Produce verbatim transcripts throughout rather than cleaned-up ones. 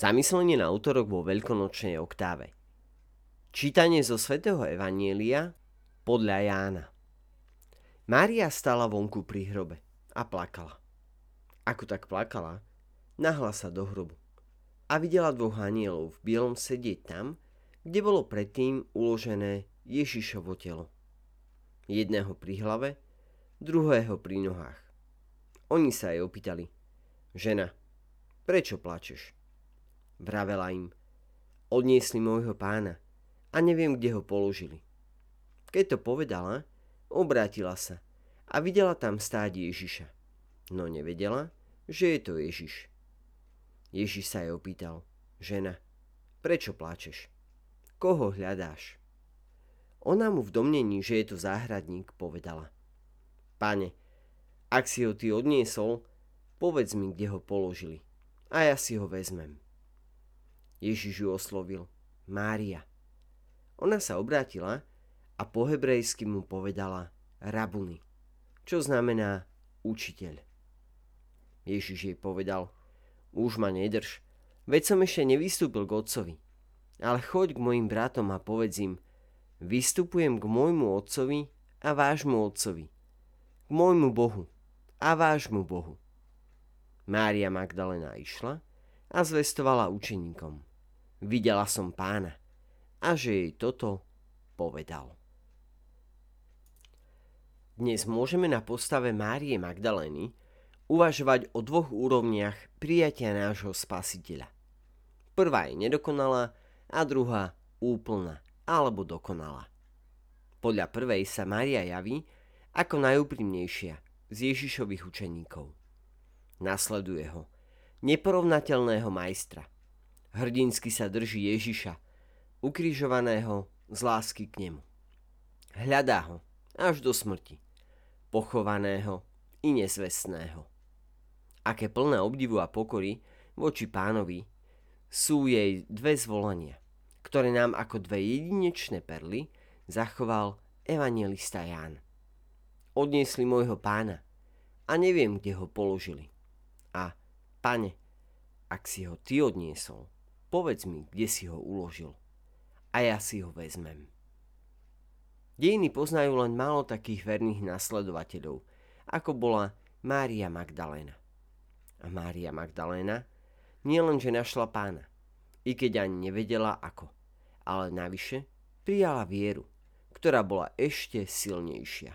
Zamyslenie na utorok vo veľkonočnej oktáve. Čítanie zo svätého Evanjelia podľa Jána. Mária stála vonku pri hrobe a plakala. Ako tak plakala, nahla sa do hrobu a videla dvoch anjelov v bielom sedieť tam, kde bolo predtým uložené Ježišovo telo. Jedného pri hlave, druhého pri nohách. Oni sa jej opýtali: Žena, prečo plačeš? Vravela im: Odniesli môjho pána a neviem, kde ho položili. Keď to povedala, obrátila sa a videla tam stáť Ježiša, no nevedela, že je to Ježiš. Ježiš sa jej opýtal: Žena, prečo pláčeš? Koho hľadáš? Ona mu v domnení, že je to záhradník, povedala: Pane, ak si ho ty odniesol, povedz mi, kde ho položili, a ja si ho vezmem. Ježiš ju oslovil: Mária. Ona sa obrátila a po hebrejsky mu povedala Rabuni, čo znamená učiteľ. Ježiš jej povedal: Už ma nedrž, veď som ešte nevystúpil k otcovi, ale choď k mojim bratom a povedz im: Vystupujem k môjmu otcovi a vášmu otcovi, k môjmu Bohu a vášmu Bohu. Mária Magdalena išla a zvestovala učeníkom: Videla som pána, a že jej toto povedal. Dnes môžeme na postave Márie Magdalény uvažovať o dvoch úrovniach prijatia nášho Spasiteľa. Prvá je nedokonalá a druhá úplná alebo dokonalá. Podľa prvej sa Mária javí ako najúprimnejšia z Ježišových učeníkov. Nasleduje ho, neporovnateľného majstra. Hrdinsky sa drží Ježiša, ukrižovaného z lásky k nemu. Hľadá ho až do smrti, pochovaného i nezvestného. Aké plné obdivu a pokory voči pánovi sú jej dve zvolania, ktoré nám ako dve jedinečné perly zachoval evanjelista Ján. Odniesli môjho pána a neviem, kde ho položili. A Pane, ak si ho ty odniesol, povedz mi, kde si ho uložil, a ja si ho vezmem. Dejiny poznajú len málo takých verných nasledovateľov, ako bola Mária Magdaléna. A Mária Magdaléna nielenže našla pána, i keď ani nevedela ako, ale navyše prijala vieru, ktorá bola ešte silnejšia.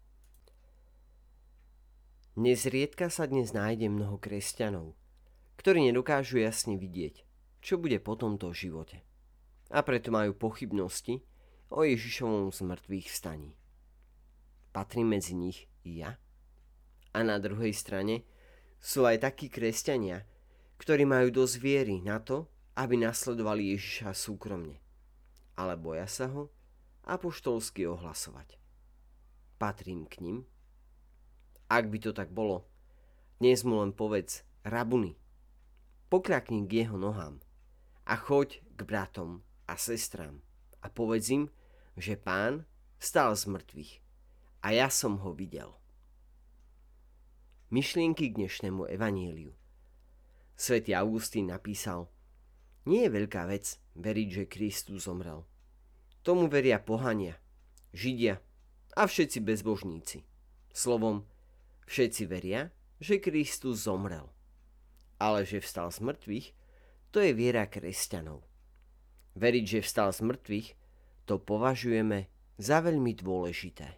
Nezriedka sa dnes nájde mnoho kresťanov, ktorí nedokážu jasne vidieť, čo bude po tomto živote. A preto majú pochybnosti o Ježišovom zmrtvých vstaní. Patrím medzi nich i ja? A na druhej strane sú aj takí kresťania, ktorí majú dosť viery na to, aby nasledovali Ježiša súkromne, ale boja sa ho apoštolsky ohlasovať. Patrím k nim? Ak by to tak bolo, dnes mu len povedz Rabuni, pokľakni k jeho nohám a choď k bratom a sestrám a povedz im, že pán vstal z mŕtvych a ja som ho videl. Myšlienky k dnešnému evanjeliu. Svätý Augustín napísal: Nie je veľká vec veriť, že Kristus zomrel. Tomu veria pohania, Židia a všetci bezbožníci. Slovom, všetci veria, že Kristus zomrel. Ale že vstal z mŕtvych, to je viera kresťanov. Veriť, že vstal z mŕtvych, to považujeme za veľmi dôležité.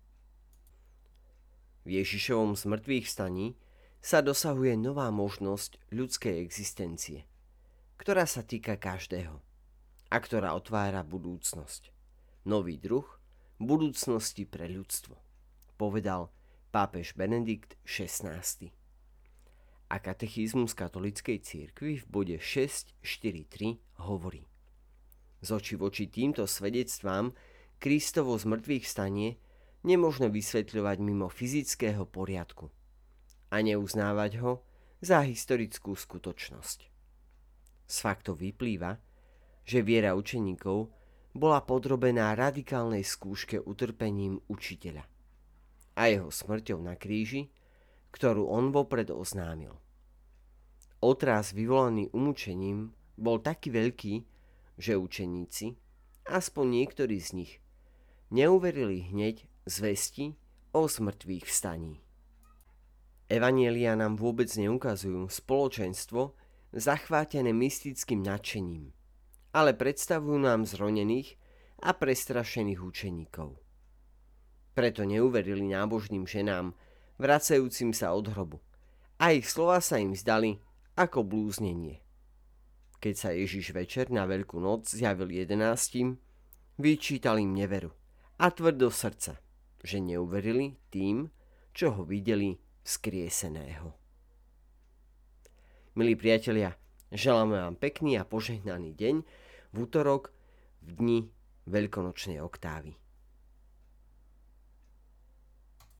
V Ježišovom zmrtvých vstaní sa dosahuje nová možnosť ľudskej existencie, ktorá sa týka každého a ktorá otvára budúcnosť. Nový druh budúcnosti pre ľudstvo, povedal pápež Benedikt šestnásty. A katechizmus katolíckej cirkvi v bode šesť štyridsaťtri hovorí: Z očí v oči týmto svedectvám Kristovo zmrtvých vstanie nemožno vysvetľovať mimo fyzického poriadku a neuznávať ho za historickú skutočnosť. Z faktov vyplýva, že viera učeníkov bola podrobená radikálnej skúške utrpením učiteľa a jeho smrťou na kríži, ktorú on vopred oznámil. Otras vyvolaný umúčením bol taký veľký, že učeníci, aspoň niektorí z nich, neuverili hneď zvesti o zmrtvých vstaní. Evanjelia nám vôbec neukazujú spoločenstvo zachvátené mystickým nadšením, ale predstavujú nám zronených a prestrašených učeníkov. Preto neuverili nábožným ženám, vracajúcim sa od hrobu, a ich slova sa im zdali ako blúznenie. Keď sa Ježiš večer na Veľkú noc zjavil jedenástim, vyčítal im neveru a tvrdosť srdca, že neuverili tým, čo ho videli vzkrieseného. Milí priatelia, želáme vám pekný a požehnaný deň v útorok v dni Veľkonočnej oktávy.